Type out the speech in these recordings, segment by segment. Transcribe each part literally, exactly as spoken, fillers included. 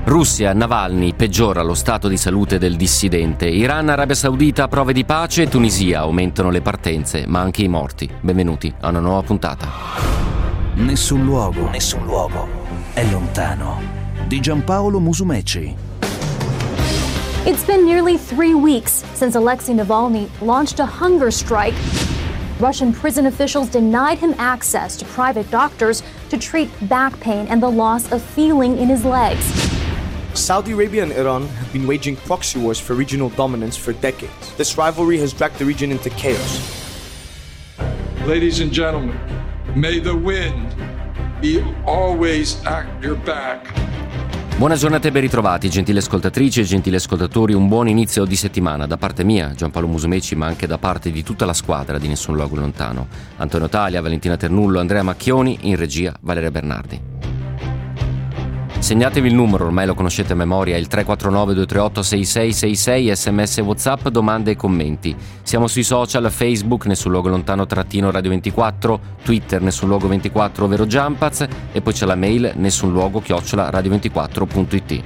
Russia, Navalny, peggiora lo stato di salute del dissidente. Iran, Arabia Saudita, prove di pace. Tunisia, aumentano le partenze, ma anche i morti. Benvenuti a una nuova puntata. Nessun luogo, nessun luogo è lontano. Di Giampaolo Musumeci. It's been nearly three weeks since Alexei Navalny launched a hunger strike. Russian prison officials denied him access to private doctors to treat back pain and the loss of feeling in his legs. Saudi Arabia and Iran have been waging proxy wars for regional dominance for decades. This rivalry has dragged the region into chaos. Ladies and gentlemen, may the wind be always at your back. Buona giornata e ben ritrovati, gentili ascoltatrici e gentili ascoltatori. Un buon inizio di settimana da parte mia, Giampaolo Musumeci, ma anche da parte di tutta la squadra di Nessun Luogo Lontano. Antonio Talia, Valentina Ternullo, Andrea Macchioni, in regia Valeria Bernardi. Segnatevi il numero, ormai lo conoscete a memoria, il tre quattro nove due tre otto sei sei sei sei, sms, whatsapp, domande e commenti. Siamo sui social, Facebook, Nessun Luogo Lontano trattino Radio ventiquattro, Twitter Nessun Luogo ventiquattro, ovvero Giampaz, e poi c'è la mail nessunluogo chiocciola radio ventiquattro punto it.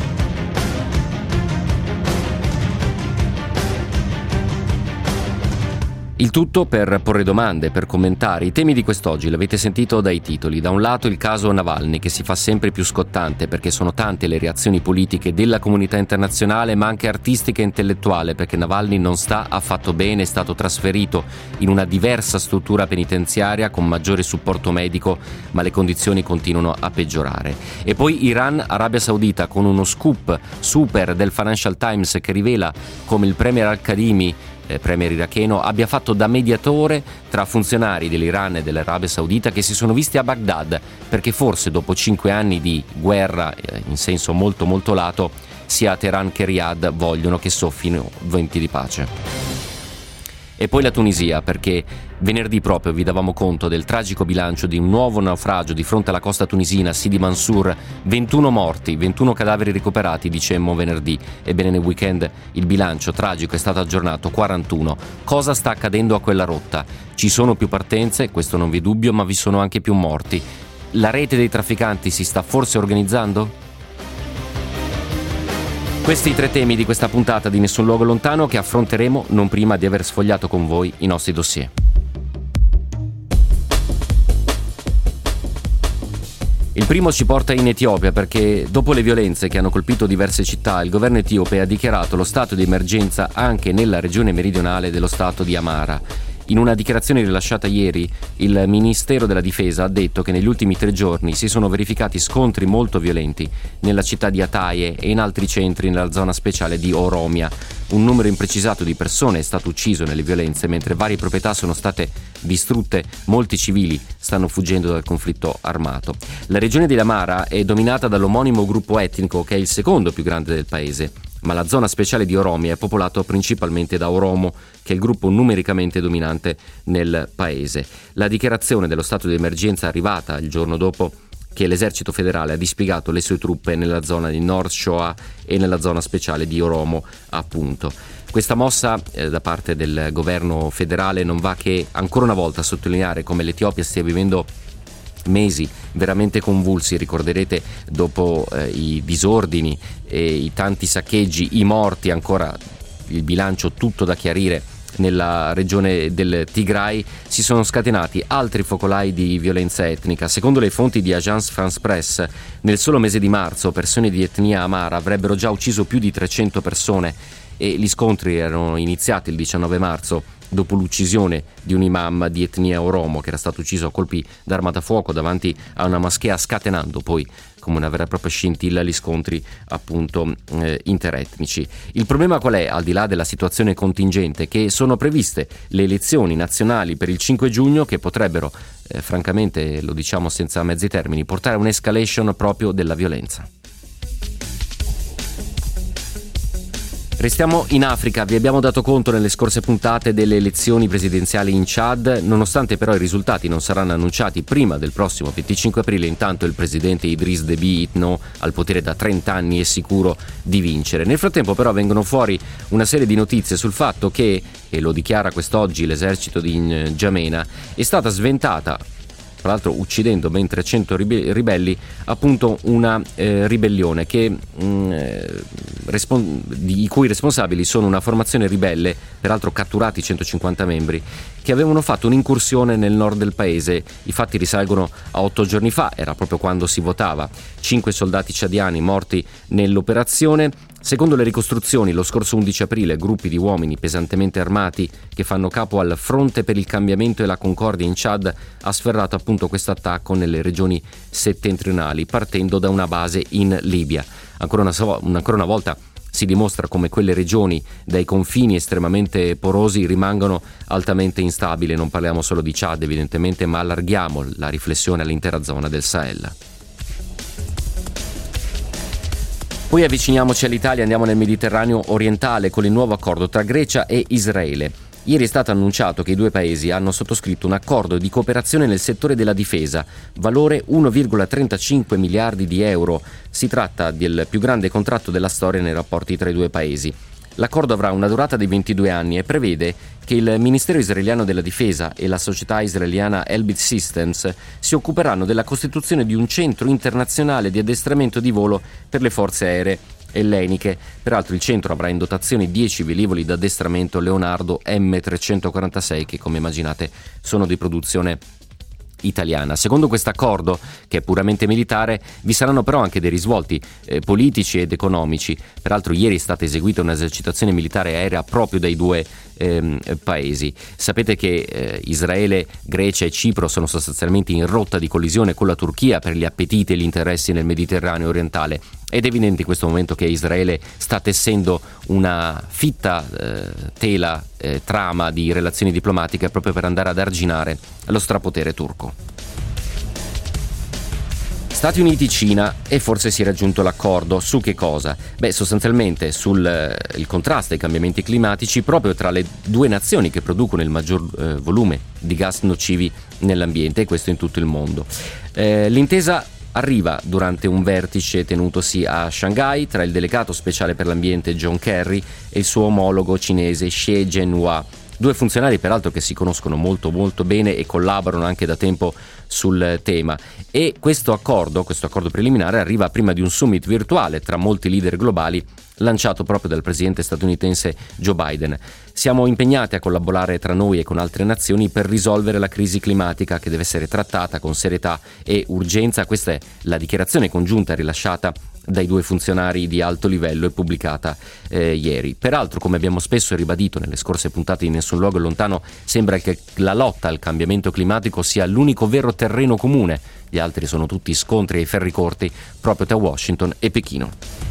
Il tutto per porre domande, per commentare. I temi di quest'oggi l'avete sentito dai titoli. Da un lato il caso Navalny, che si fa sempre più scottante perché sono tante le reazioni politiche della comunità internazionale, ma anche artistica e intellettuale, perché Navalny non sta affatto bene, è stato trasferito in una diversa struttura penitenziaria con maggiore supporto medico, ma le condizioni continuano a peggiorare. E poi Iran, Arabia Saudita, con uno scoop super del Financial Times che rivela come il premier Al-Kadhimi, premier iracheno, abbia fatto da mediatore tra funzionari dell'Iran e dell'Arabia Saudita che si sono visti a Baghdad, perché forse dopo cinque anni di guerra eh, in senso molto molto lato, sia Teheran che Riyadh vogliono che soffino venti di pace. E poi la Tunisia, perché venerdì proprio vi davamo conto del tragico bilancio di un nuovo naufragio di fronte alla costa tunisina, Sidi Mansour, ventuno morti, ventuno cadaveri recuperati, dicemmo venerdì. Ebbene, nel weekend il bilancio tragico è stato aggiornato, quarantuno. Cosa sta accadendo a quella rotta? Ci sono più partenze, questo non vi è dubbio, ma vi sono anche più morti. La rete dei trafficanti si sta forse organizzando? Questi i tre temi di questa puntata di Nessun Luogo Lontano, che affronteremo non prima di aver sfogliato con voi i nostri dossier. Il primo ci porta in Etiopia, perché dopo le violenze che hanno colpito diverse città, il governo etiope ha dichiarato lo stato di emergenza anche nella regione meridionale dello stato di Amara. In una dichiarazione rilasciata ieri, il Ministero della Difesa ha detto che negli ultimi tre giorni si sono verificati scontri molto violenti nella città di Ataye e in altri centri nella zona speciale di Oromia. Un numero imprecisato di persone è stato ucciso nelle violenze, mentre varie proprietà sono state distrutte, molti civili stanno fuggendo dal conflitto armato. La regione di Amara è dominata dall'omonimo gruppo etnico che è il secondo più grande del paese, ma la zona speciale di Oromia è popolato principalmente da Oromo, che è il gruppo numericamente dominante nel paese. La dichiarazione dello stato di emergenza è arrivata il giorno dopo che l'esercito federale ha dispiegato le sue truppe nella zona di North Shoa e nella zona speciale di Oromo, appunto. Questa mossa eh, da parte del governo federale non va che ancora una volta a sottolineare come l'Etiopia stia vivendo mesi veramente convulsi. Ricorderete, dopo eh, i disordini e i tanti saccheggi, i morti, ancora il bilancio tutto da chiarire nella regione del Tigray, si sono scatenati altri focolai di violenza etnica. Secondo le fonti di Agence France Presse, nel solo mese di marzo persone di etnia amara avrebbero già ucciso più di trecento persone, e gli scontri erano iniziati il diciannove marzo dopo l'uccisione di un imam di etnia oromo che era stato ucciso a colpi d'arma da fuoco davanti a una moschea, scatenando poi come una vera e propria scintilla gli scontri appunto eh, interetnici. Il problema qual è, al di là della situazione contingente? Che sono previste le elezioni nazionali per il cinque giugno che potrebbero, eh, francamente lo diciamo senza mezzi termini, portare a un'escalation proprio della violenza. Restiamo in Africa. Vi abbiamo dato conto nelle scorse puntate delle elezioni presidenziali in Chad. Nonostante però i risultati non saranno annunciati prima del prossimo venticinque aprile, intanto il presidente Idriss Déby Itno, al potere da trenta anni, è sicuro di vincere. Nel frattempo però vengono fuori una serie di notizie sul fatto che, e lo dichiara quest'oggi l'esercito di N'Djamena, è stata sventata tra l'altro uccidendo ben trecento ribelli, appunto una eh, ribellione che, mh, respon- di, i cui responsabili sono una formazione ribelle, peraltro catturati centocinquanta membri, che avevano fatto un'incursione nel nord del paese. I fatti risalgono a otto giorni fa, era proprio quando si votava. Cinque soldati ciadiani morti nell'operazione. Secondo le ricostruzioni, lo scorso undici aprile, gruppi di uomini pesantemente armati che fanno capo al Fronte per il Cambiamento e la Concordia in Chad ha sferrato appunto questo attacco nelle regioni settentrionali, partendo da una base in Libia. Ancora una, so- ancora una volta si dimostra come quelle regioni dai confini estremamente porosi rimangano altamente instabili. Non parliamo solo di Chad evidentemente, ma allarghiamo la riflessione all'intera zona del Sahel. Poi avviciniamoci all'Italia, andiamo nel Mediterraneo orientale con il nuovo accordo tra Grecia e Israele. Ieri è stato annunciato che i due paesi hanno sottoscritto un accordo di cooperazione nel settore della difesa, valore uno virgola trentacinque miliardi di euro. Si tratta del più grande contratto della storia nei rapporti tra i due paesi. L'accordo avrà una durata di ventidue anni e prevede che il Ministero israeliano della Difesa e la società israeliana Elbit Systems si occuperanno della costituzione di un centro internazionale di addestramento di volo per le forze aeree elleniche. Peraltro il centro avrà in dotazione dieci velivoli d'addestramento Leonardo M trecentoquarantasei che, come immaginate, sono di produzione italiana. Secondo questo accordo, che è puramente militare, vi saranno però anche dei risvolti eh, politici ed economici. Peraltro ieri è stata eseguita un'esercitazione militare aerea proprio dai due ehm, paesi. Sapete che eh, Israele, Grecia e Cipro sono sostanzialmente in rotta di collisione con la Turchia per gli appetiti e gli interessi nel Mediterraneo orientale. Ed è evidente in questo momento che Israele sta tessendo una fitta eh, tela, eh, trama di relazioni diplomatiche proprio per andare ad arginare lo strapotere turco. Stati Uniti, Cina, e forse si è raggiunto l'accordo su che cosa? Beh, sostanzialmente sul eh, il contrasto ai cambiamenti climatici proprio tra le due nazioni che producono il maggior eh, volume di gas nocivi nell'ambiente, e questo in tutto il mondo. Eh, l'intesa arriva durante un vertice tenutosi a Shanghai tra il delegato speciale per l'ambiente John Kerry e il suo omologo cinese Xie Zhenhua, due funzionari peraltro che si conoscono molto molto bene e collaborano anche da tempo sul tema. E questo accordo, questo accordo preliminare arriva prima di un summit virtuale tra molti leader globali lanciato proprio dal presidente statunitense Joe Biden. Siamo impegnati a collaborare tra noi e con altre nazioni per risolvere la crisi climatica che deve essere trattata con serietà e urgenza. Questa è la dichiarazione congiunta rilasciata dai due funzionari di alto livello e pubblicata eh, ieri. Peraltro, come abbiamo spesso ribadito nelle scorse puntate di Nessun Luogo è Lontano, sembra che la lotta al cambiamento climatico sia l'unico vero terreno comune. Gli altri sono tutti scontri ai ferri corti proprio tra Washington e Pechino.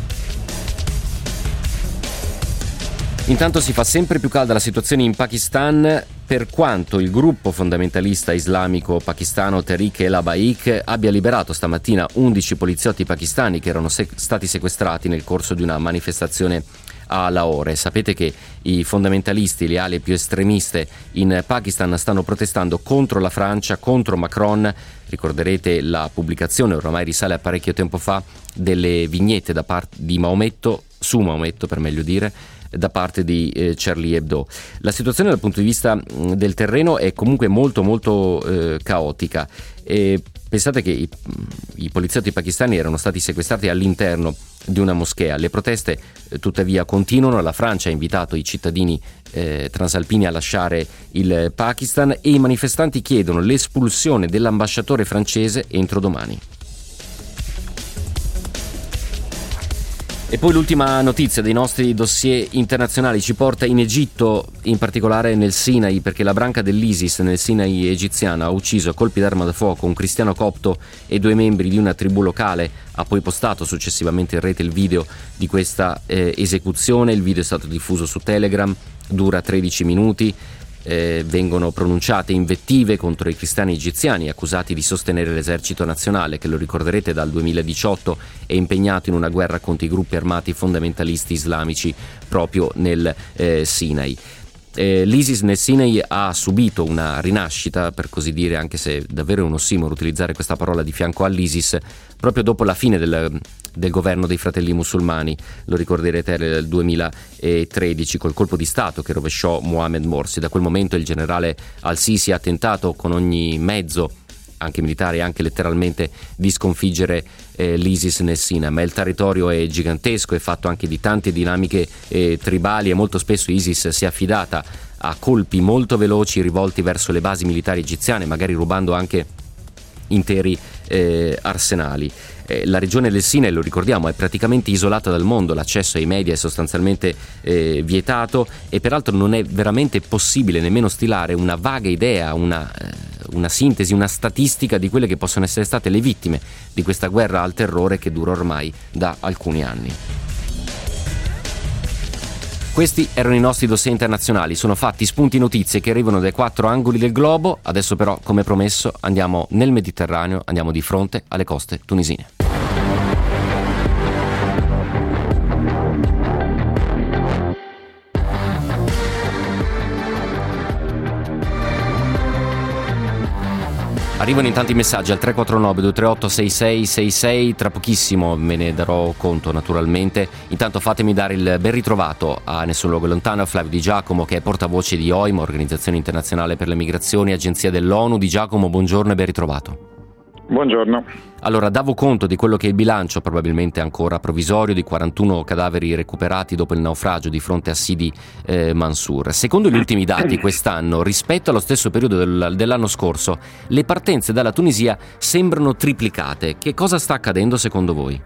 Intanto si fa sempre più calda la situazione in Pakistan, per quanto il gruppo fondamentalista islamico pakistano Tehreek el-Labbaik abbia liberato stamattina undici poliziotti pakistani che erano se- stati sequestrati nel corso di una manifestazione a Lahore. Sapete che i fondamentalisti, le ali più estremiste in Pakistan stanno protestando contro la Francia, contro Macron. Ricorderete la pubblicazione, ormai risale a parecchio tempo fa, delle vignette da parte di Maometto, su Maometto per meglio dire, da parte di eh, Charlie Hebdo. La situazione dal punto di vista mh, del terreno è comunque molto molto eh, caotica. E pensate che i, i poliziotti pakistani erano stati sequestrati all'interno di una moschea. Le proteste eh, tuttavia continuano. La Francia ha invitato i cittadini eh, transalpini a lasciare il Pakistan e i manifestanti chiedono l'espulsione dell'ambasciatore francese entro domani. E poi l'ultima notizia dei nostri dossier internazionali ci porta in Egitto, in particolare nel Sinai, perché la branca dell'ISIS nel Sinai egiziano ha ucciso a colpi d'arma da fuoco un cristiano copto e due membri di una tribù locale. Ha poi postato successivamente in rete il video di questa eh, esecuzione. Il video è stato diffuso su Telegram, dura tredici minuti. Eh, vengono pronunciate invettive contro i cristiani egiziani accusati di sostenere l'esercito nazionale che, lo ricorderete, dal duemiladiciotto è impegnato in una guerra contro i gruppi armati fondamentalisti islamici proprio nel eh, Sinai. Eh, L'ISIS nel Sinai ha subito una rinascita, per così dire, anche se davvero è un ossimoro utilizzare questa parola di fianco all'ISIS, proprio dopo la fine del, del governo dei fratelli musulmani. Lo ricorderete nel duemilatredici col colpo di stato che rovesciò Mohamed Morsi. Da quel momento il generale al-Sisi ha tentato con ogni mezzo anche militare e anche letteralmente, di sconfiggere eh, l'ISIS nel Sinai, ma il territorio è gigantesco, è fatto anche di tante dinamiche eh, tribali, e molto spesso ISIS si è affidata a colpi molto veloci rivolti verso le basi militari egiziane, magari rubando anche interi eh, arsenali. Eh, la regione del Sinai, lo ricordiamo, è praticamente isolata dal mondo, l'accesso ai media è sostanzialmente eh, vietato, e peraltro non è veramente possibile nemmeno stilare una vaga idea, una, eh, una sintesi, una statistica di quelle che possono essere state le vittime di questa guerra al terrore che dura ormai da alcuni anni. Questi erano i nostri dossier internazionali, sono fatti, spunti, notizie che arrivano dai quattro angoli del globo. Adesso però, come promesso, andiamo nel Mediterraneo, andiamo di fronte alle coste tunisine. Arrivano in tanti messaggi al tre quattro nove due tre otto sei sei sei sei, tra pochissimo me ne darò conto naturalmente. Intanto fatemi dare il ben ritrovato a Nessun Luogo Lontano a Flavio Di Giacomo, che è portavoce di O I M, Organizzazione Internazionale per le Migrazioni, agenzia dell'ONU. Di Giacomo, buongiorno e ben ritrovato. Buongiorno. Allora, davo conto di quello che è il bilancio, probabilmente ancora provvisorio, di quarantuno cadaveri recuperati dopo il naufragio di fronte a Sidi eh, Mansour. Secondo gli ultimi dati, quest'anno, rispetto allo stesso periodo del, dell'anno scorso, le partenze dalla Tunisia sembrano triplicate. Che cosa sta accadendo secondo voi?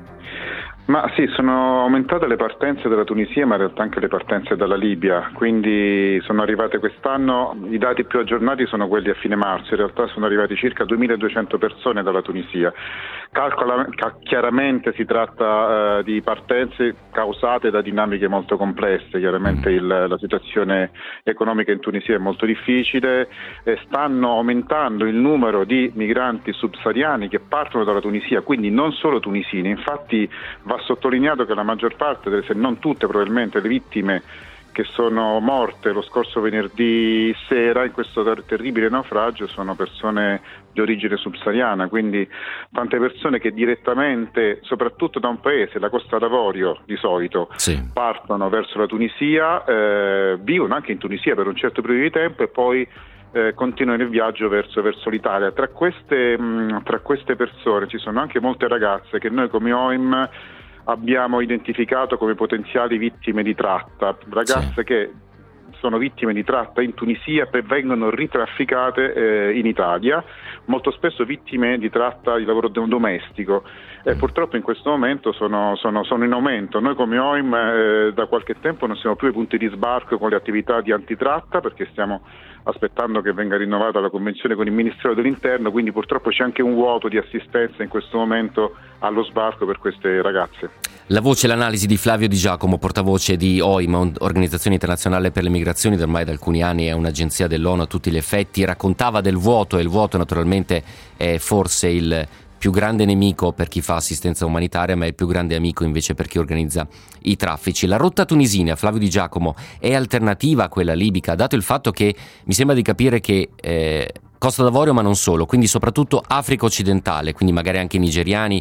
Ma sì, sono aumentate le partenze dalla Tunisia, ma in realtà anche le partenze dalla Libia, quindi sono arrivate quest'anno, i dati più aggiornati sono quelli a fine marzo, in realtà sono arrivati circa duemiladuecento persone dalla Tunisia. Calcola, chiaramente si tratta uh, di partenze causate da dinamiche molto complesse, chiaramente il, la situazione economica in Tunisia è molto difficile, e stanno aumentando il numero di migranti subsahariani che partono dalla Tunisia, quindi non solo tunisini. Infatti va sottolineato che la maggior parte, se non tutte probabilmente, le vittime che sono morte lo scorso venerdì sera in questo ter- terribile naufragio sono persone di origine subsahariana, quindi tante persone che direttamente, soprattutto da un paese, la Costa d'Avorio di solito, sì, partono verso la Tunisia, eh, vivono anche in Tunisia per un certo periodo di tempo e poi eh, continuano il viaggio verso, verso l'Italia. Tra queste, mh, tra queste persone ci sono anche molte ragazze che noi come O I M abbiamo identificato come potenziali vittime di tratta, ragazze sì. che sono vittime di tratta in Tunisia e vengono ritrafficate eh, in Italia, molto spesso vittime di tratta di lavoro domestico, e purtroppo in questo momento sono, sono, sono in aumento. Noi come O I M eh, da qualche tempo non siamo più ai punti di sbarco con le attività di antitratta, perché stiamo aspettando che venga rinnovata la convenzione con il Ministero dell'Interno, quindi purtroppo c'è anche un vuoto di assistenza in questo momento allo sbarco per queste ragazze. La voce e l'analisi di Flavio Di Giacomo, portavoce di O I M, Organizzazione Internazionale per le Migrazioni, da ormai da alcuni anni è un'agenzia dell'ONU a tutti gli effetti, raccontava del vuoto, e il vuoto naturalmente è forse il più grande nemico per chi fa assistenza umanitaria, ma è il più grande amico invece per chi organizza i traffici. La rotta tunisina, Flavio Di Giacomo, è alternativa a quella libica, dato il fatto che mi sembra di capire che eh, Costa d'Avorio, ma non solo, quindi soprattutto Africa occidentale, quindi magari anche nigeriani,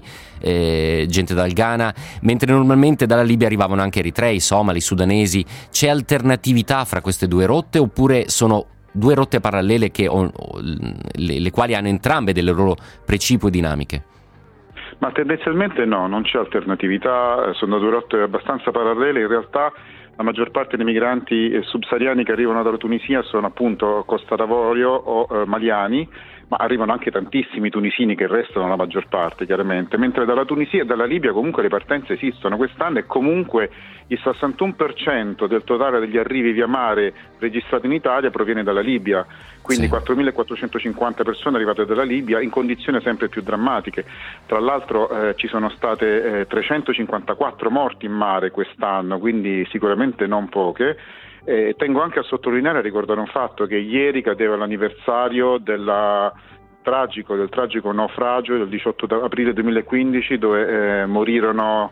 eh, gente dal Ghana, mentre normalmente dalla Libia arrivavano anche eritrei, somali, sudanesi. C'è alternatività fra queste due rotte, oppure sono due rotte parallele che o, o, le, le quali hanno entrambe delle loro precipue dinamiche? Ma tendenzialmente no, non c'è alternatività, sono due rotte abbastanza parallele. In realtà la maggior parte dei migranti subsahariani che arrivano dalla Tunisia sono appunto Costa d'Avorio o eh, maliani, ma arrivano anche tantissimi tunisini che restano la maggior parte chiaramente, mentre dalla Tunisia e dalla Libia comunque le partenze esistono quest'anno, e comunque il sessantuno per cento del totale degli arrivi via mare registrati in Italia proviene dalla Libia, quindi sì. quattromilaquattrocentocinquanta persone arrivate dalla Libia in condizioni sempre più drammatiche. Tra l'altro eh, ci sono state eh, trecentocinquantaquattro morti in mare quest'anno, quindi sicuramente non poche. Eh, tengo anche a sottolineare e ricordare un fatto, che ieri cadeva l'anniversario della tragico, del tragico naufragio del diciotto aprile duemilaquindici, dove eh, morirono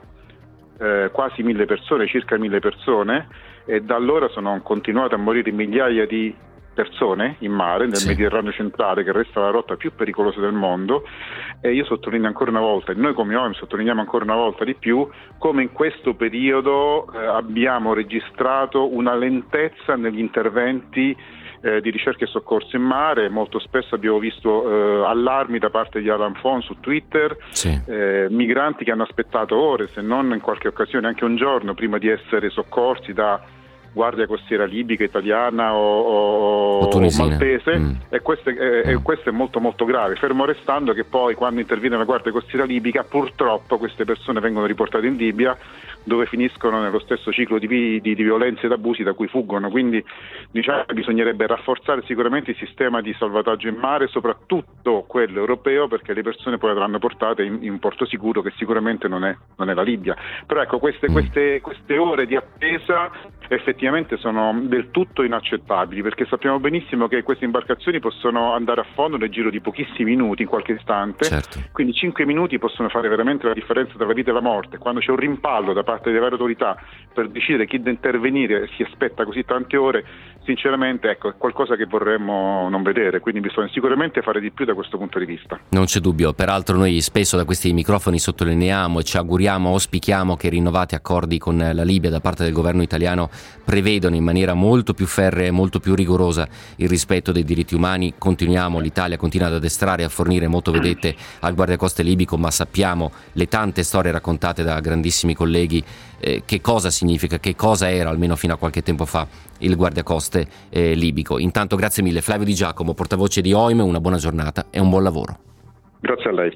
eh, quasi mille persone, circa mille persone, e da allora sono continuate a morire migliaia di persone in mare nel sì. Mediterraneo centrale, che resta la rotta più pericolosa del mondo. E io sottolineo ancora una volta, e noi come O I M sottolineiamo ancora una volta di più, come in questo periodo eh, abbiamo registrato una lentezza negli interventi eh, di ricerca e soccorso in mare. Molto spesso abbiamo visto eh, allarmi da parte di Alan Fon su Twitter, sì. eh, migranti che hanno aspettato ore, se non in qualche occasione anche un giorno, prima di essere soccorsi da guardia costiera libica, italiana o, o, o maltese, mm. e, questo è, mm. e questo è molto molto grave, fermo restando che poi quando interviene la guardia costiera libica purtroppo queste persone vengono riportate in Libia, dove finiscono nello stesso ciclo di, di, di violenze ed abusi da cui fuggono. Quindi diciamo che bisognerebbe rafforzare sicuramente il sistema di salvataggio in mare, soprattutto quello europeo, perché le persone poi andranno portate in, in un porto sicuro, che sicuramente non è, non è la Libia. Però ecco, queste, queste, queste ore di attesa effettivamente sono del tutto inaccettabili, perché sappiamo benissimo che queste imbarcazioni possono andare a fondo nel giro di pochissimi minuti, in qualche istante, certo. Quindi cinque minuti possono fare veramente la differenza tra la vita e la morte. Quando c'è un rimpallo da parte delle varie autorità per decidere chi deve intervenire, si aspetta così tante ore, sinceramente ecco, è qualcosa che vorremmo non vedere, quindi bisogna sicuramente fare di più da questo punto di vista. Non c'è dubbio, peraltro noi spesso da questi microfoni sottolineiamo e ci auguriamo, auspichiamo che i rinnovati accordi con la Libia da parte del governo italiano prevedono in maniera molto più ferrea e molto più rigorosa il rispetto dei diritti umani. Continuiamo, l'Italia continua ad addestrare e a fornire motovedette al guardiacoste libico, ma sappiamo le tante storie raccontate da grandissimi colleghi eh, che cosa significa, che cosa era almeno fino a qualche tempo fa il guardiacoste eh, libico. Intanto grazie mille Flavio Di Giacomo, portavoce di O I M, una buona giornata e un buon lavoro. Grazie a lei.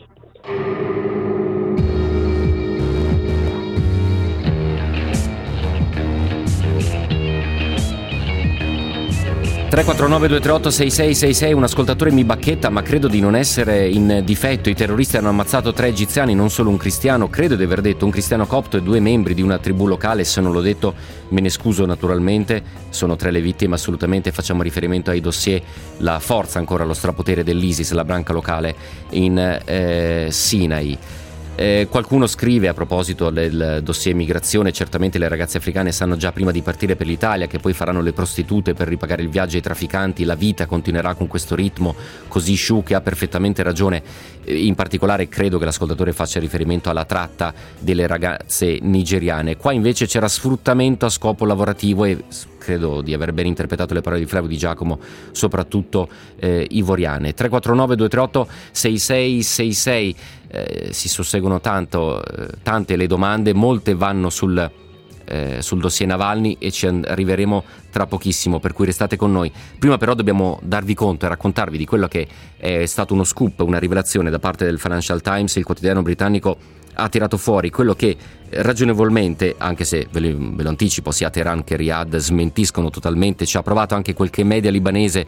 tre quattro nove due tre otto sei sei sei sei, un ascoltatore mi bacchetta, ma credo di non essere in difetto. I terroristi hanno ammazzato tre egiziani, non solo un cristiano, credo di aver detto un cristiano copto e due membri di una tribù locale. Se non l'ho detto me ne scuso naturalmente, sono tre le vittime, assolutamente. Facciamo riferimento ai dossier, la forza ancora, lo strapotere dell'ISIS, la branca locale in eh, Sinai. Eh, qualcuno scrive a proposito del dossier migrazione: certamente le ragazze africane sanno già prima di partire per l'Italia che poi faranno le prostitute per ripagare il viaggio ai trafficanti, la vita continuerà con questo ritmo così sciù, che ha perfettamente ragione. Eh, in particolare credo che l'ascoltatore faccia riferimento alla tratta delle ragazze nigeriane. Qua invece c'era sfruttamento a scopo lavorativo e credo di aver ben interpretato le parole di Flavio Di Giacomo, soprattutto eh, ivoriane. tre quattro nove due tre otto sei sei sei sei. Eh, si susseguono tanto, eh, tante le domande, molte vanno sul, eh, sul dossier Navalny e ci arriveremo tra pochissimo, per cui restate con noi. Prima però dobbiamo darvi conto e raccontarvi di quello che è stato uno scoop, una rivelazione da parte del Financial Times. Il quotidiano britannico ha tirato fuori quello che ragionevolmente, anche se ve lo, ve lo anticipo, sia Teheran che Riyadh smentiscono totalmente. Ci ha provato anche qualche media libanese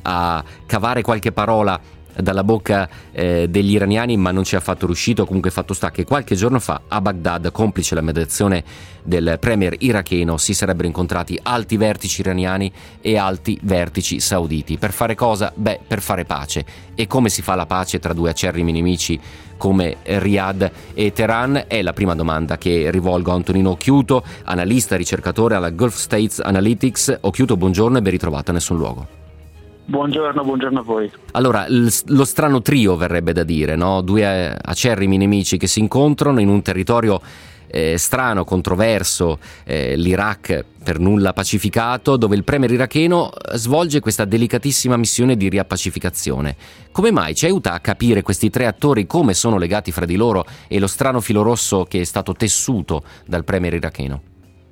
a cavare qualche parola dalla bocca eh, degli iraniani, ma non ci ha fatto riuscito. Comunque fatto sta che qualche giorno fa a Baghdad, complice la mediazione del premier iracheno, si sarebbero incontrati alti vertici iraniani e alti vertici sauditi. Per fare cosa? Beh, per fare pace. E come si fa la pace tra due acerrimi nemici come Riyadh e Teheran? È la prima domanda che rivolgo a Antonino Occhiuto, analista ricercatore alla Gulf States Analytics. Occhiuto, buongiorno e ben ritrovato a Nessun Luogo. Buongiorno, buongiorno a voi. Allora, lo strano trio verrebbe da dire, no? Due acerrimi nemici che si incontrano in un territorio eh, strano, controverso, eh, l'Iraq per nulla pacificato, dove il premier iracheno svolge questa delicatissima missione di riappacificazione. Come mai? Ci aiuta a capire questi tre attori, come sono legati fra di loro e lo strano filo rosso che è stato tessuto dal premier iracheno?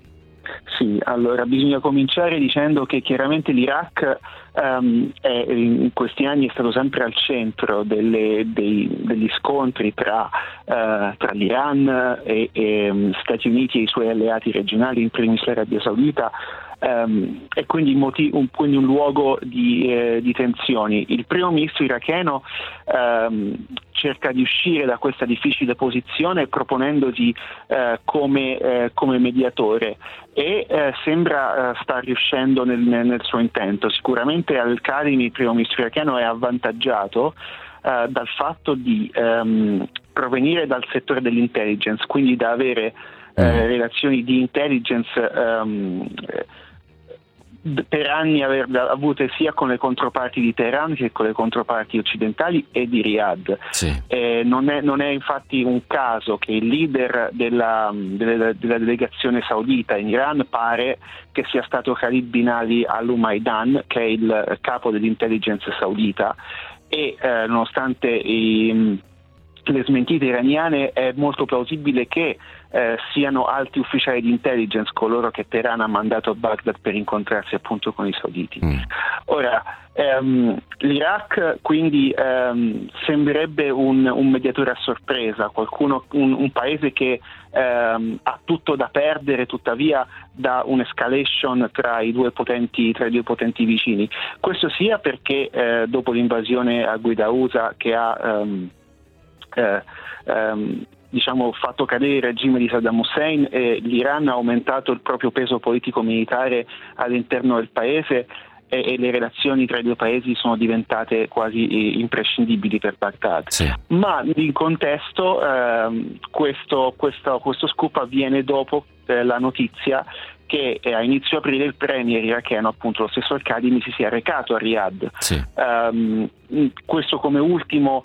Sì, allora bisogna cominciare dicendo che chiaramente l'Iraq um, è, in questi anni è stato sempre al centro delle, dei, degli scontri tra, uh, tra l'Iran e, e um, Stati Uniti e i suoi alleati regionali, in primis l'Arabia Saudita. Um, e quindi, motiv- un, quindi un luogo di, eh, di tensioni. Il primo ministro iracheno um, cerca di uscire da questa difficile posizione proponendosi eh, come, eh, come mediatore e eh, sembra eh, sta riuscendo nel, nel suo intento. Sicuramente Al-Karimi, il primo ministro iracheno, è avvantaggiato eh, dal fatto di ehm, provenire dal settore dell'intelligence, quindi da avere eh, relazioni di intelligence ehm, per anni aver avute sia con le controparti di Teheran che con le controparti occidentali e di Riyadh. Sì. Eh, non, è, non è infatti un caso che il leader della, della, della delegazione saudita in Iran pare che sia stato Khalid bin Ali al-Umaydan, che è il capo dell'intelligence saudita, e eh, nonostante i, le smentite iraniane è molto plausibile che eh, siano alti ufficiali di intelligence coloro che Teheran ha mandato a Baghdad per incontrarsi appunto con i sauditi. Mm. Ora, ehm, l'Iraq quindi ehm, sembrerebbe un, un mediatore a sorpresa, qualcuno, un, un paese che ehm, ha tutto da perdere tuttavia da un'escalation tra i due potenti, tra i due potenti vicini. Questo sia perché eh, dopo l'invasione a guida U S A che ha ehm, eh, ehm, diciamo fatto cadere il regime di Saddam Hussein, e l'Iran ha aumentato il proprio peso politico-militare all'interno del paese e, e le relazioni tra i due paesi sono diventate quasi imprescindibili per Baghdad. Sì. Ma in contesto ehm, questo, questo, questo scoop avviene dopo eh, la notizia che eh, a inizio aprile il premier iracheno, appunto lo stesso Al-Kadhimi, si sia recato a Riyadh. Sì. Um, questo come ultimo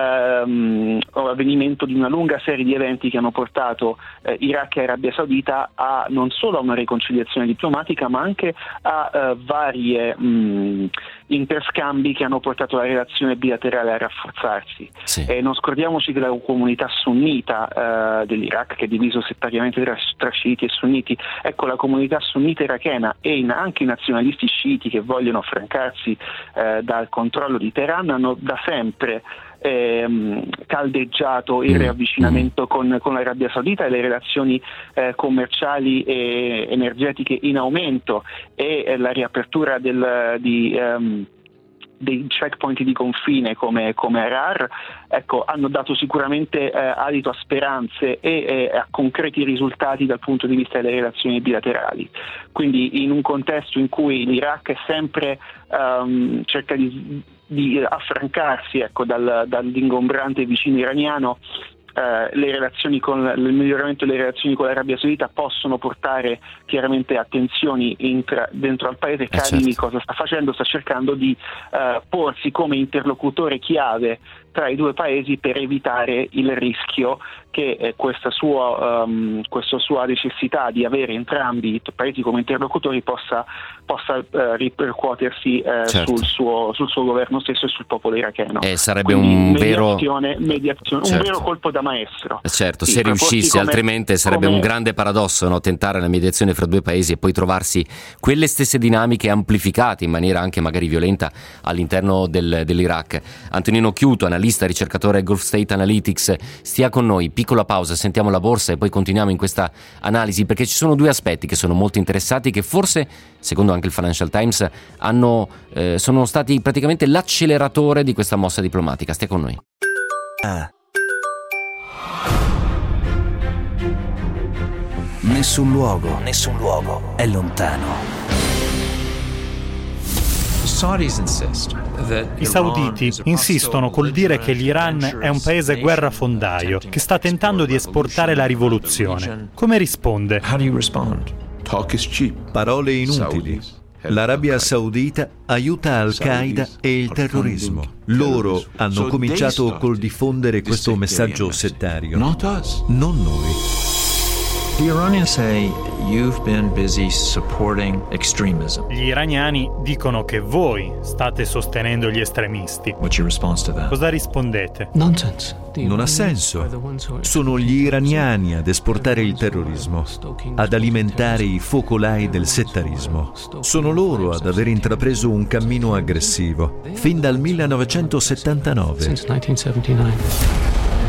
um, avvenimento di una lunga serie di eventi che hanno portato eh, Iraq e Arabia Saudita a non solo a una riconciliazione diplomatica, ma anche a uh, varie um, interscambi che hanno portato la relazione bilaterale a rafforzarsi. Sì. E non scordiamoci che la comunità sunnita uh, dell'Iraq, che è diviso settariamente tra, tra sciiti e sunniti, ecco, la comunità sunnita irachena e in, anche i nazionalisti sciiti che vogliono affrancarsi uh, dal controllo di Teheran hanno da sempre ehm, caldeggiato il riavvicinamento con, con l'Arabia Saudita e le relazioni eh, commerciali e energetiche in aumento, e eh, la riapertura del, di ehm, dei checkpoint di confine come, come Arar, ecco, hanno dato sicuramente eh, adito a speranze e eh, a concreti risultati dal punto di vista delle relazioni bilaterali. Quindi in un contesto in cui l'Iraq è sempre um, cerca di, di affrancarsi, ecco, dal, dall'ingombrante vicino iraniano, Uh, le relazioni con il miglioramento delle relazioni con l'Arabia Saudita possono portare chiaramente a tensioni intra, dentro al paese. Kadhimi, certo, cosa sta facendo? Sta cercando di uh, porsi come interlocutore chiave tra i due paesi per evitare il rischio che eh, questa sua um, questa sua necessità di avere entrambi i paesi come interlocutori possa possa uh, ripercuotersi uh, certo. sul suo sul suo governo stesso e sul popolo iracheno. Eh, sarebbe Quindi, un mediazione, vero mediazione, certo. un vero colpo da maestro. Certo, sì, se riuscisse, come, altrimenti sarebbe come... un grande paradosso, no? Tentare la mediazione fra due paesi e poi trovarsi quelle stesse dinamiche amplificate in maniera anche magari violenta all'interno del, dell'Iraq. Antonino Chiuto, analista, ricercatore Gulf State Analytics, stia con noi. Piccola pausa, sentiamo la borsa e poi continuiamo in questa analisi, perché ci sono due aspetti che sono molto interessanti, che forse, secondo anche il Financial Times, hanno, eh, sono stati praticamente l'acceleratore di questa mossa diplomatica. Stia con noi. Ah. Nessun luogo, nessun luogo è lontano. I sauditi insistono col dire che l'Iran è un paese guerrafondaio che sta tentando di esportare la rivoluzione. Come risponde? Parole inutili. L'Arabia Saudita aiuta Al-Qaeda e il terrorismo. Loro hanno cominciato col diffondere questo messaggio settario, non noi. The Iranians say you've been busy supporting extremism. Gli iraniani dicono che voi state sostenendo gli estremisti. What's your response to that? Cosa rispondete? Nonsense. Non ha senso. Sono gli iraniani ad esportare il terrorismo, ad alimentare i focolai del settarismo. Sono loro ad aver intrapreso un cammino aggressivo fin dal millenovecentosettantanove. Since nineteen seventy-nine.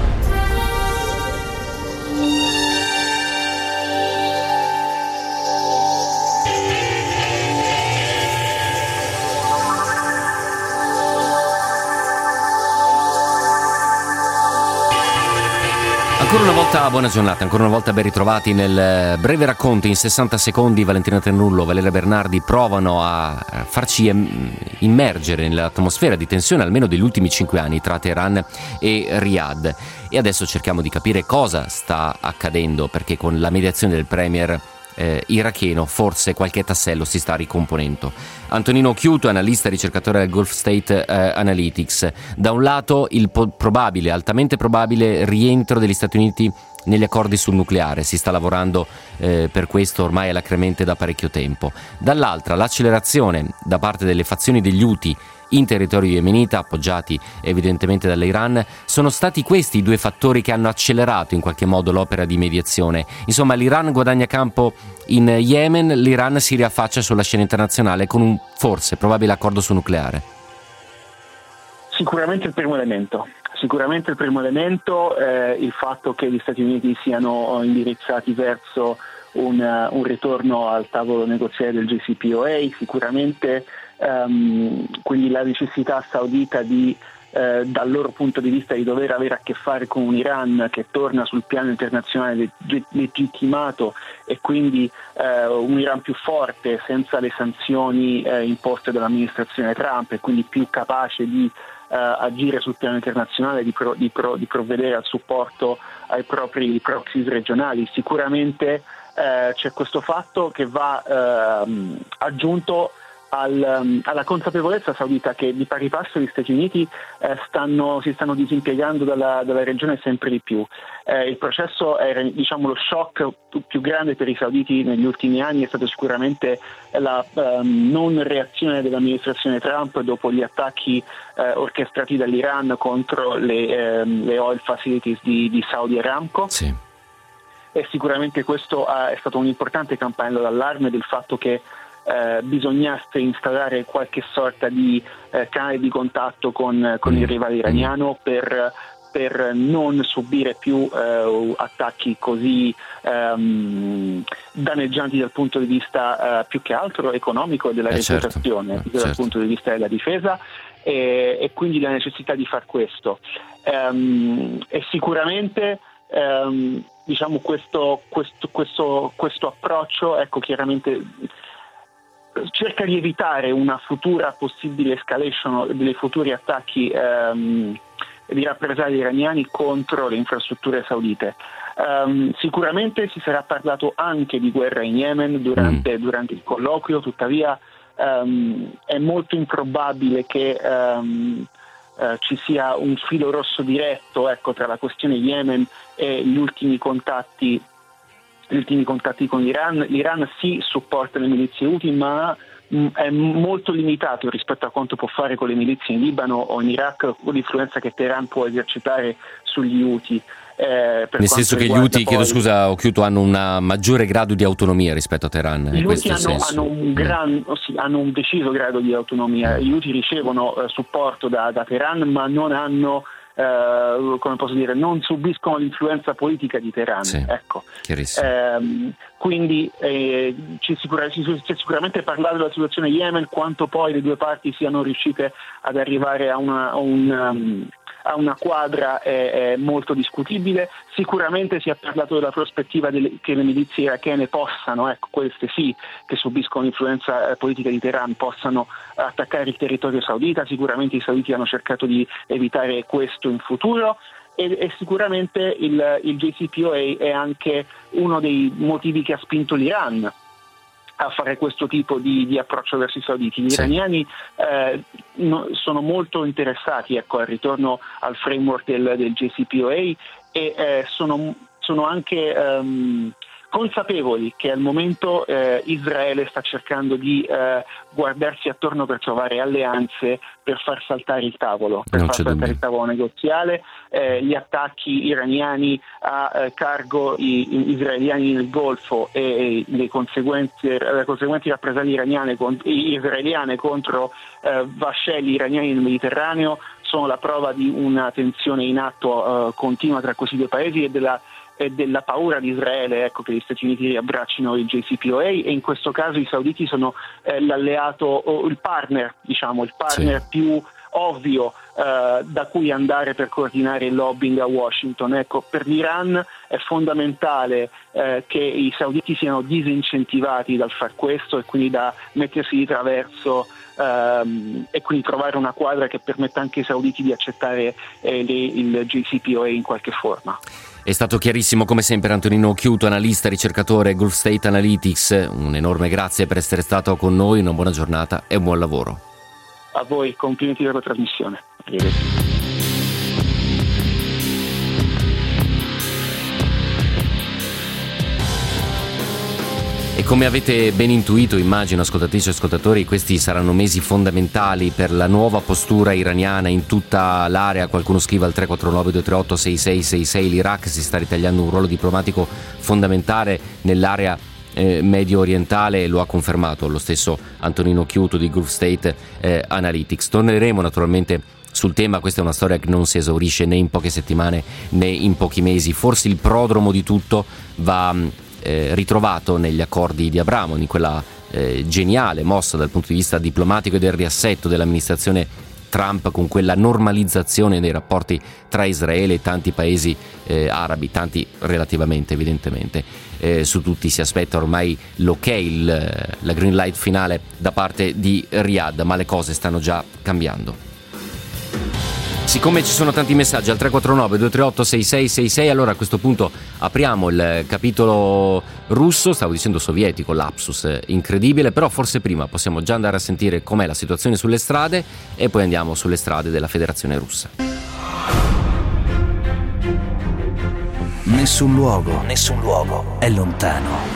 Ancora una volta buona giornata, ancora una volta ben ritrovati nel breve racconto in sessanta secondi. Valentina Ternullo, Valeria Bernardi provano a farci immergere nell'atmosfera di tensione almeno degli ultimi cinque anni tra Teheran e Riyadh, e adesso cerchiamo di capire cosa sta accadendo, perché con la mediazione del premier eh, iracheno forse qualche tassello si sta ricomponendo. Antonino Occhiuto, analista e ricercatore del Gulf State eh, Analytics. Da un lato il po- probabile, altamente probabile rientro degli Stati Uniti negli accordi sul nucleare, si sta lavorando eh, per questo ormai alacremente da parecchio tempo. Dall'altra l'accelerazione da parte delle fazioni degli Houthi in territorio yemenita, appoggiati evidentemente dall'Iran. Sono stati questi i due fattori che hanno accelerato in qualche modo l'opera di mediazione. Insomma, l'Iran guadagna campo in Yemen, l'Iran si riaffaccia sulla scena internazionale con un forse probabile accordo sul nucleare. Sicuramente il primo elemento. Sicuramente il primo elemento è il fatto che gli Stati Uniti siano indirizzati verso un, un ritorno al tavolo negoziale del J C P O A, sicuramente um, quindi la necessità saudita di eh, dal loro punto di vista di dover avere a che fare con un Iran che torna sul piano internazionale legittimato e quindi eh, un Iran più forte senza le sanzioni eh, imposte dall'amministrazione Trump e quindi più capace di Uh, agire sul piano internazionale, di, pro, di, pro, di provvedere al supporto ai propri proxy regionali. Sicuramente uh, c'è questo fatto che va uh, aggiunto al, um, alla consapevolezza saudita che di pari passo gli Stati Uniti uh, stanno, si stanno disimpiegando dalla, dalla regione sempre di più. Uh, il processo era, diciamo, lo shock più grande per i sauditi negli ultimi anni è stato sicuramente la um, non reazione dell'amministrazione Trump dopo gli attacchi uh, orchestrati dall'Iran contro le, um, le oil facilities di, di Saudi Aramco. Sì. E sicuramente questo uh, è stato un importante campanello d'allarme del fatto che Uh, bisognasse installare qualche sorta di uh, canale di contatto con, con il rivale iraniano per, per non subire più uh, attacchi così um, danneggianti dal punto di vista uh, più che altro economico e della eh reputazione, certo, eh, dal certo. punto di vista della difesa e, e quindi la necessità di far questo. Um, e sicuramente um, diciamo questo, questo, questo, questo approccio, ecco, chiaramente cerca di evitare una futura possibile escalation dei futuri attacchi ehm, di rappresaglie iraniani contro le infrastrutture saudite. Um, sicuramente si sarà parlato anche di guerra in Yemen durante, mm. durante il colloquio, tuttavia um, è molto improbabile che um, uh, ci sia un filo rosso diretto, ecco, tra la questione Yemen e gli ultimi contatti gli ultimi contatti con l'Iran. L'Iran sì supporta le milizie Houthi, ma mh, è molto limitato rispetto a quanto può fare con le milizie in Libano o in Iraq, con l'influenza che Teheran può esercitare sugli Houthi. Eh, Nel senso che gli Houthi, chiedo scusa Occhiuto, hanno un maggiore grado di autonomia rispetto a Teheran. Gli Houthi hanno, senso. hanno, un gran, oh sì, hanno un deciso grado di autonomia. Gli Houthi ricevono eh, supporto da, da Teheran, ma non hanno Uh, come posso dire, non subiscono l'influenza politica di Teheran. Sì, ecco. Um, quindi eh, ci sicura, ci, c'è sicuramente parlare della situazione Yemen, quanto poi le due parti siano riuscite ad arrivare a una, a un, um, a una quadra è, è molto discutibile. Sicuramente si è parlato della prospettiva delle, che le milizie irachene possano, ecco, queste sì, che subiscono l'influenza eh, politica di Teheran, possano attaccare il territorio saudita. Sicuramente i sauditi hanno cercato di evitare questo in futuro e, e sicuramente il, il J C P O A è anche uno dei motivi che ha spinto l'Iran a fare questo tipo di, di approccio verso i sauditi. Gli sì. iraniani eh, no, sono molto interessati, ecco, al ritorno al framework del, del J C P O A e eh, sono, sono anche um, consapevoli che al momento eh, Israele sta cercando di eh, guardarsi attorno per trovare alleanze per far saltare il tavolo, per non far saltare dubbio. il tavolo negoziale. Eh, gli attacchi iraniani a eh, cargo i, i israeliani nel Golfo e, e le conseguenze, le conseguenti rappresaglie iraniane cont- israeliane contro eh, vascelli iraniani nel Mediterraneo sono la prova di una tensione in atto eh, continua tra questi due paesi e della e della paura di Israele, ecco, che gli Stati Uniti riabbraccino il J C P O A, e in questo caso i sauditi sono eh, l'alleato o il partner, diciamo, il partner sì. più ovvio eh, da cui andare per coordinare il lobbying a Washington. Ecco, per l'Iran è fondamentale eh, che i sauditi siano disincentivati dal far questo e quindi da mettersi di traverso ehm, e quindi trovare una quadra che permetta anche ai sauditi di accettare eh, le, il J C P O A in qualche forma. È stato chiarissimo come sempre Antonino Occhiuto, analista, ricercatore Gulf State Analytics. Un enorme grazie per essere stato con noi, una buona giornata e un buon lavoro. A voi, complimenti per la trasmissione. Arrivederci. E come avete ben intuito, immagino, ascoltatrici e ascoltatori, questi saranno mesi fondamentali per la nuova postura iraniana in tutta l'area. Qualcuno scrive al tre quattro nove due tre otto sei sei sei sei, l'Iraq si sta ritagliando un ruolo diplomatico fondamentale nell'area eh, medio orientale, lo ha confermato lo stesso Antonino Occhiuto di Gulf State eh, Analytics. Torneremo naturalmente sul tema, questa è una storia che non si esaurisce né in poche settimane né in pochi mesi. Forse il prodromo di tutto va Eh, ritrovato negli accordi di Abramo, in quella eh, geniale mossa dal punto di vista diplomatico e del riassetto dell'amministrazione Trump, con quella normalizzazione dei rapporti tra Israele e tanti paesi eh, arabi, tanti relativamente evidentemente. Eh, su tutti si aspetta ormai l'ok, il, la green light finale da parte di Riyadh, ma le cose stanno già cambiando. Siccome ci sono tanti messaggi al tre quattro nove due tre otto sei sei sei sei, allora a questo punto apriamo il capitolo russo, stavo dicendo sovietico, lapsus incredibile, però forse prima possiamo già andare a sentire com'è la situazione sulle strade e poi andiamo sulle strade della Federazione Russa. Nessun luogo, nessun luogo è lontano.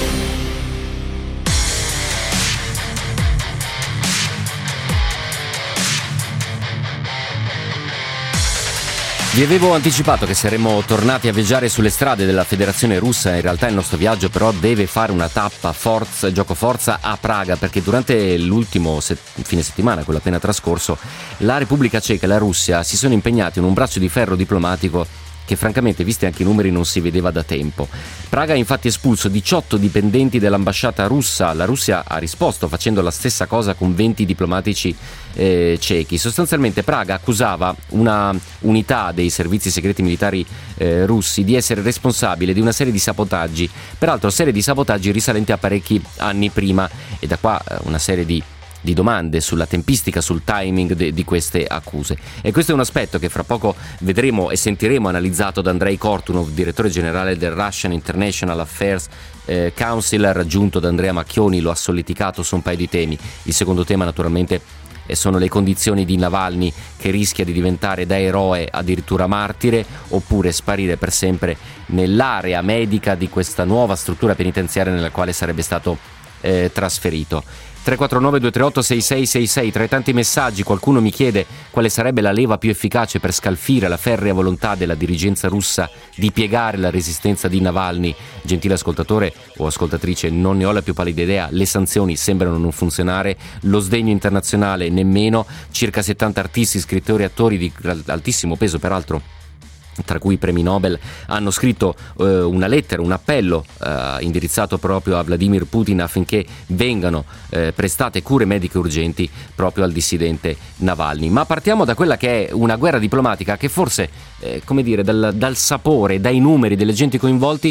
Vi avevo anticipato che saremmo tornati a viaggiare sulle strade della Federazione Russa. In realtà il nostro viaggio però deve fare una tappa forza, gioco forza a Praga, perché durante l'ultimo set- fine settimana, quello appena trascorso, la Repubblica Ceca e la Russia si sono impegnati in un braccio di ferro diplomatico che francamente, visti anche i numeri, non si vedeva da tempo. Praga ha infatti espulso diciotto dipendenti dell'ambasciata russa. La Russia ha risposto facendo la stessa cosa con venti diplomatici eh, cechi. Sostanzialmente Praga accusava una unità dei servizi segreti militari eh, russi di essere responsabile di una serie di sabotaggi, peraltro serie di sabotaggi risalenti a parecchi anni prima, e da qua eh, una serie di di domande sulla tempistica, sul timing de, di queste accuse. E questo è un aspetto che fra poco vedremo e sentiremo analizzato da Andrei Kortunov, direttore generale del Russian International Affairs eh, Council, raggiunto da Andrea Macchioni, lo ha solleticato su un paio di temi. Il secondo tema naturalmente sono le condizioni di Navalny, che rischia di diventare da eroe addirittura martire, oppure sparire per sempre nell'area medica di questa nuova struttura penitenziaria nella quale sarebbe stato eh, trasferito. tre quattro nove due tre otto sei sei sei sei. Tra i tanti messaggi qualcuno mi chiede quale sarebbe la leva più efficace per scalfire la ferrea volontà della dirigenza russa di piegare la resistenza di Navalny. Gentile ascoltatore o ascoltatrice, non ne ho la più pallida idea. Le sanzioni sembrano non funzionare, lo sdegno internazionale nemmeno. Circa settanta artisti, scrittori e attori di altissimo peso peraltro, tra cui premi Nobel, hanno scritto eh, una lettera, un appello eh, indirizzato proprio a Vladimir Putin affinché vengano eh, prestate cure mediche urgenti proprio al dissidente Navalny. Ma partiamo da quella che è una guerra diplomatica che forse, eh, come dire, dal, dal sapore, dai numeri delle genti coinvolti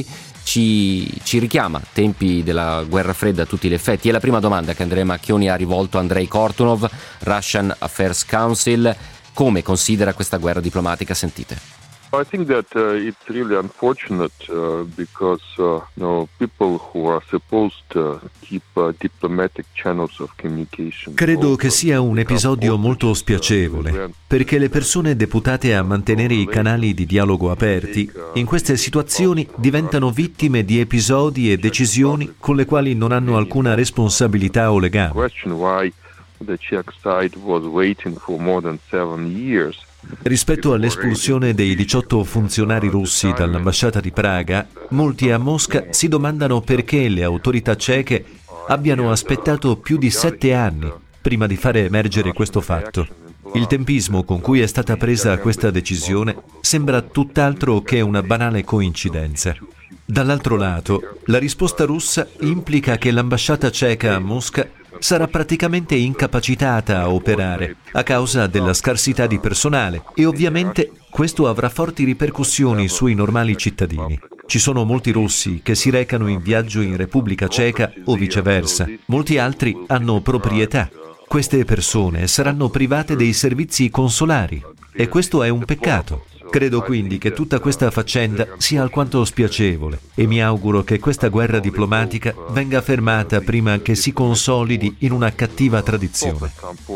ci, ci richiama tempi della guerra fredda a tutti gli effetti. E la prima domanda che Andrea Macchioni ha rivolto a Andrei Kortunov, Russian Affairs Council: come considera questa guerra diplomatica? Sentite. I think that uh, it's really unfortunate uh, because uh, you know, people who are supposed to keep uh, diplomatic channels of communication. Credo che sia un episodio molto spiacevole, perché le persone deputate a mantenere i canali di dialogo aperti in queste situazioni diventano vittime di episodi e decisioni con le quali non hanno alcuna responsabilità o legame. The Czech side was waiting for more than seven years. Rispetto all'espulsione dei diciotto funzionari russi dall'ambasciata di Praga, molti a Mosca si domandano perché le autorità ceche abbiano aspettato più di sette anni prima di fare emergere questo fatto. Il tempismo con cui è stata presa questa decisione sembra tutt'altro che una banale coincidenza. Dall'altro lato, la risposta russa implica che l'ambasciata ceca a Mosca sarà praticamente incapacitata a operare a causa della scarsità di personale, e ovviamente questo avrà forti ripercussioni sui normali cittadini. Ci sono molti russi che si recano in viaggio in Repubblica Ceca o viceversa. Molti altri hanno proprietà. Queste persone saranno private dei servizi consolari e questo è un peccato. Credo quindi che tutta questa faccenda sia alquanto spiacevole e mi auguro che questa guerra diplomatica venga fermata prima che si consolidi in una cattiva tradizione.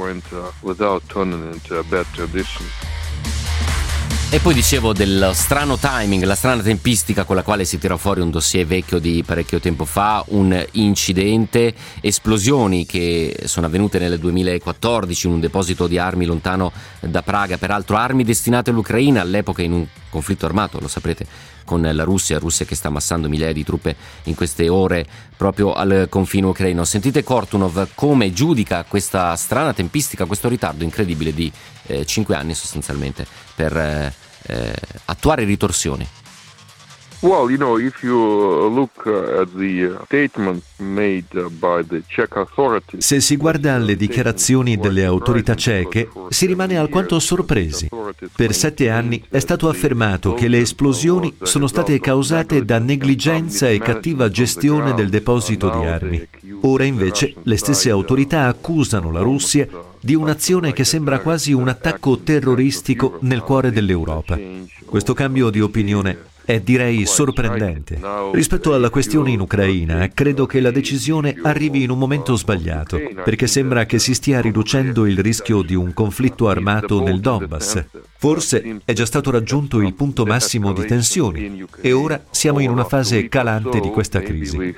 E poi dicevo del strano timing, la strana tempistica con la quale si tira fuori un dossier vecchio di parecchio tempo fa, un incidente, esplosioni che sono avvenute nel duemilaquattordici in un deposito di armi lontano da Praga, peraltro armi destinate all'Ucraina, all'epoca in un conflitto armato, lo saprete, con la Russia, Russia che sta ammassando migliaia di truppe in queste ore proprio al confine ucraino. Sentite Kortunov come giudica questa strana tempistica, questo ritardo incredibile di eh, cinque anni sostanzialmente per eh, eh, attuare ritorsioni. Well, you know, if you look at the statement made by the Czech authorities. Se si guarda le dichiarazioni delle autorità ceche, si rimane alquanto sorpresi. Per sette anni è stato affermato che le esplosioni sono state causate da negligenza e cattiva gestione del deposito di armi. Ora invece le stesse autorità accusano la Russia di un'azione che sembra quasi un attacco terroristico nel cuore dell'Europa. Questo cambio di opinione è, direi, sorprendente. Rispetto alla questione in Ucraina, credo che la decisione arrivi in un momento sbagliato, perché sembra che si stia riducendo il rischio di un conflitto armato nel Donbass. Forse è già stato raggiunto il punto massimo di tensioni e ora siamo in una fase calante di questa crisi.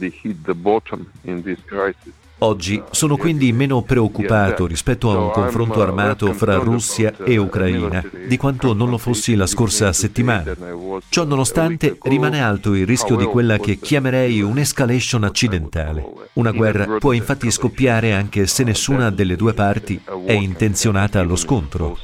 Oggi sono quindi meno preoccupato rispetto a un confronto armato fra Russia e Ucraina di quanto non lo fossi la scorsa settimana. Ciò nonostante rimane alto il rischio di quella che chiamerei un'escalation accidentale. Una guerra può infatti scoppiare anche se nessuna delle due parti è intenzionata allo scontro.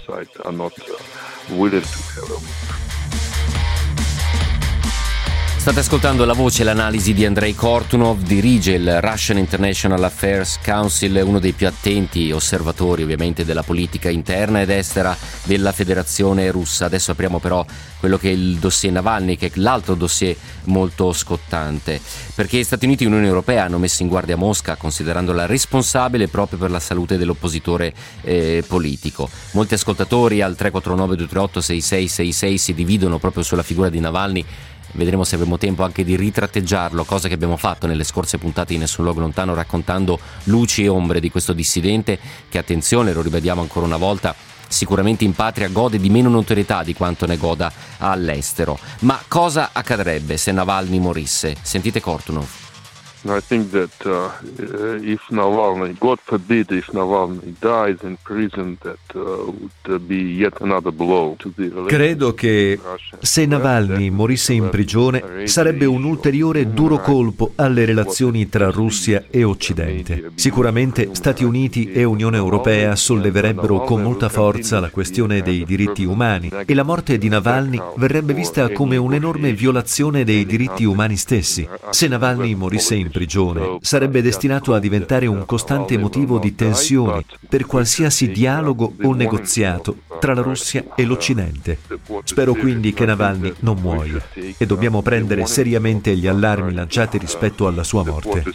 State ascoltando la voce e l'analisi di Andrei Kortunov, dirige il Russian International Affairs Council, uno dei più attenti osservatori ovviamente della politica interna ed estera della Federazione Russa. Adesso apriamo però quello che è il dossier Navalny, che è l'altro dossier molto scottante, perché Stati Uniti e Unione Europea hanno messo in guardia Mosca considerandola responsabile proprio per la salute dell'oppositore eh, politico. Molti ascoltatori al tre quattro nove due tre otto sei sei sei sei si dividono proprio sulla figura di Navalny. Vedremo se avremo tempo anche di ritratteggiarlo, cosa che abbiamo fatto nelle scorse puntate di Nessun Luogo Lontano, raccontando luci e ombre di questo dissidente che, attenzione, lo ribadiamo ancora una volta, sicuramente in patria gode di meno notorietà di quanto ne goda all'estero. Ma cosa accadrebbe se Navalny morisse? Sentite Kortunov. I think that uh, if Navalny, God forbid, if Navalny dies in prison, that uh, would be yet another blow to the relationship. Credo che se Navalny morisse in prigione sarebbe un ulteriore duro colpo alle relazioni tra Russia e Occidente. Sicuramente Stati Uniti e Unione Europea solleverebbero con molta forza la questione dei diritti umani e la morte di Navalny verrebbe vista come un'enorme violazione dei diritti umani stessi. Se Navalny morisse in prigione sarebbe destinato a diventare un costante motivo di tensioni per qualsiasi dialogo o negoziato tra la Russia e l'Occidente. Spero quindi che Navalny non muoia e dobbiamo prendere seriamente gli allarmi lanciati rispetto alla sua morte.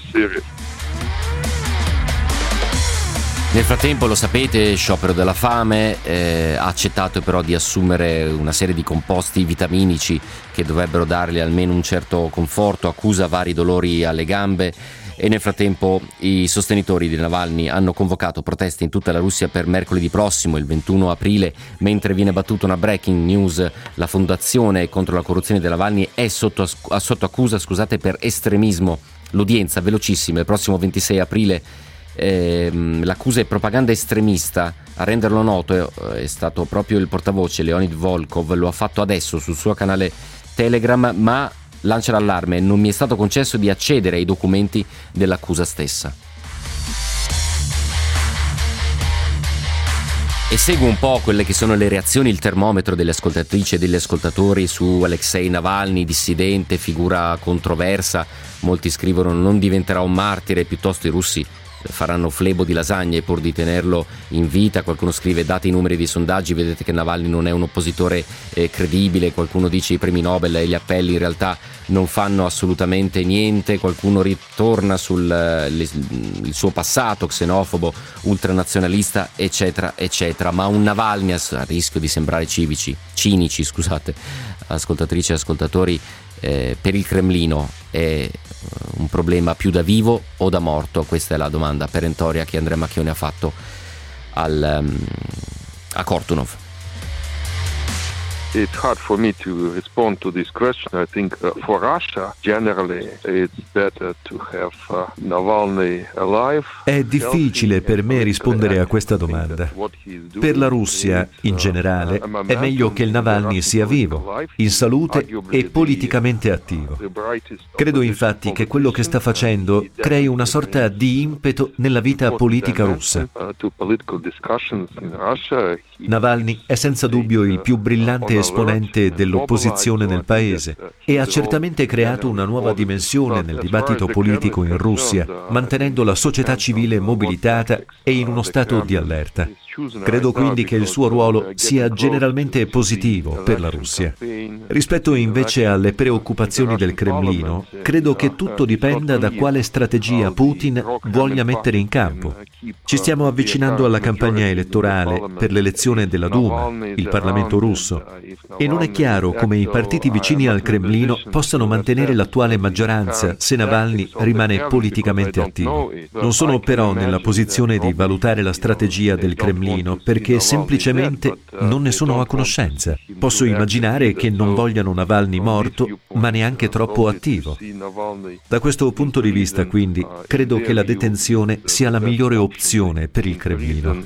Nel frattempo, lo sapete, sciopero della fame, eh, ha accettato però di assumere una serie di composti vitaminici che dovrebbero dargli almeno un certo conforto, accusa vari dolori alle gambe e nel frattempo i sostenitori di Navalny hanno convocato proteste in tutta la Russia per mercoledì prossimo, il ventuno aprile, mentre viene battuta una breaking news. La fondazione contro la corruzione di Navalny è sotto, sotto accusa scusate, per estremismo. L'udienza, velocissima, il prossimo ventisei aprile. Eh, l'accusa è propaganda estremista. A renderlo noto è stato proprio il portavoce Leonid Volkov, lo ha fatto adesso sul suo canale Telegram, ma lancia l'allarme: non mi è stato concesso di accedere ai documenti dell'accusa stessa. E seguo un po' quelle che sono le reazioni, il termometro delle ascoltatrici e degli ascoltatori su Alexei Navalny, dissidente, figura controversa. Molti scrivono: non diventerà un martire, piuttosto i russi faranno flebo di lasagne pur di tenerlo in vita. Qualcuno scrive: date i numeri dei sondaggi, vedete che Navalny non è un oppositore eh, credibile. Qualcuno dice: i premi Nobel e gli appelli in realtà non fanno assolutamente niente. Qualcuno ritorna sul eh, le, il suo passato xenofobo, ultranazionalista, eccetera eccetera. Ma un Navalny, a rischio di sembrare civici cinici scusate ascoltatrici e ascoltatori, eh, per il Cremlino è un problema più da vivo o da morto? Questa è la domanda perentoria che Andrea Macchione ha fatto al, um, a Kortunov. It's hard for me to respond to this question. I think uh, for Russia, generally, it's better to have uh, Navalny alive. È difficile per me rispondere a questa domanda. Per la Russia, in generale, è meglio che il Navalny sia vivo, in salute e politicamente attivo. Credo infatti che quello che sta facendo crei una sorta di impeto nella vita politica russa. Navalny è senza dubbio il più brillante esponente dell'opposizione nel paese e ha certamente creato una nuova dimensione nel dibattito politico in Russia, mantenendo la società civile mobilitata e in uno stato di allerta. Credo quindi che il suo ruolo sia generalmente positivo per la Russia. Rispetto invece alle preoccupazioni del Cremlino, credo che tutto dipenda da quale strategia Putin voglia mettere in campo. Ci stiamo avvicinando alla campagna elettorale per l'elezione della Duma, il Parlamento russo, e non è chiaro come i partiti vicini al Cremlino possano mantenere l'attuale maggioranza se Navalny rimane politicamente attivo. Non sono però nella posizione di valutare la strategia del Cremlino perché semplicemente non ne sono a conoscenza. Posso immaginare che non vogliano Navalny morto, ma neanche troppo attivo. Da questo punto di vista, quindi, credo che la detenzione sia la migliore opzione per il Cremlino.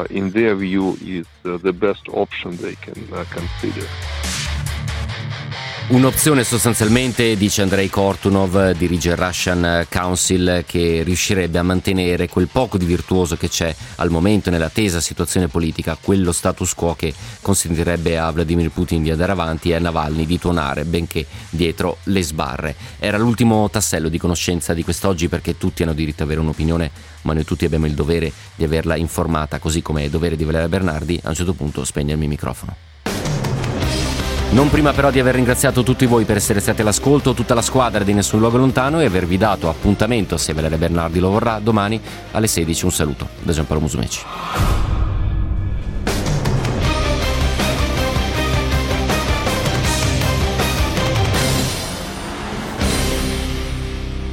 Un'opzione sostanzialmente, dice Andrei Kortunov, dirige il Russian Council, che riuscirebbe a mantenere quel poco di virtuoso che c'è al momento nella tesa situazione politica, quello status quo che consentirebbe a Vladimir Putin di andare avanti e a Navalny di tuonare, benché dietro le sbarre. Era l'ultimo tassello di conoscenza di quest'oggi, perché tutti hanno diritto ad avere un'opinione, ma noi tutti abbiamo il dovere di averla informata, così come è il dovere di Valeria Bernardi a un certo punto spegnermi il microfono. Non prima però di aver ringraziato tutti voi per essere stati all'ascolto, tutta la squadra di Nessun Luogo Lontano, e avervi dato appuntamento, se Valeria Bernardi lo vorrà, domani alle sedici. Un saluto da Giampaolo Musumeci.